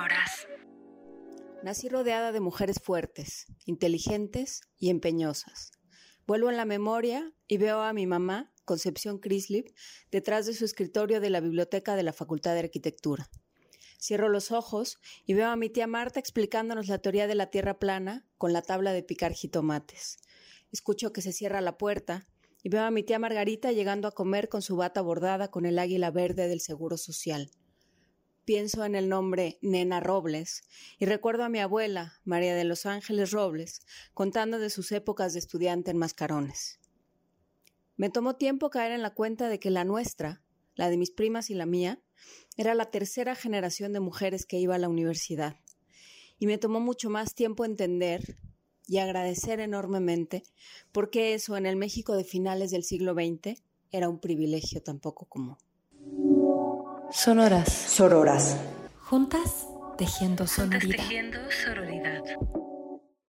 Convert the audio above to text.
sonoras. Nací rodeada de mujeres fuertes, inteligentes y empeñosas. Vuelvo en la memoria y veo a mi mamá, Concepción Crislip, detrás de su escritorio de la biblioteca de la Facultad de Arquitectura. Cierro los ojos y veo a mi tía Marta explicándonos la teoría de la tierra plana con la tabla de picar jitomates. Escucho que se cierra la puerta y veo a mi tía Margarita llegando a comer con su bata bordada con el águila verde del Seguro Social. Pienso en el nombre Nena Robles y recuerdo a mi abuela, María de los Ángeles Robles, contando de sus épocas de estudiante en Mascarones. Me tomó tiempo caer en la cuenta de que la nuestra, la de mis primas y la mía, era la tercera generación de mujeres que iba a la universidad. Y me tomó mucho más tiempo entender y agradecer enormemente por qué eso en el México de finales del siglo XX era un privilegio tan poco común. Sonoras. Sororas. Juntas tejiendo sororidad. Juntas tejiendo sororidad.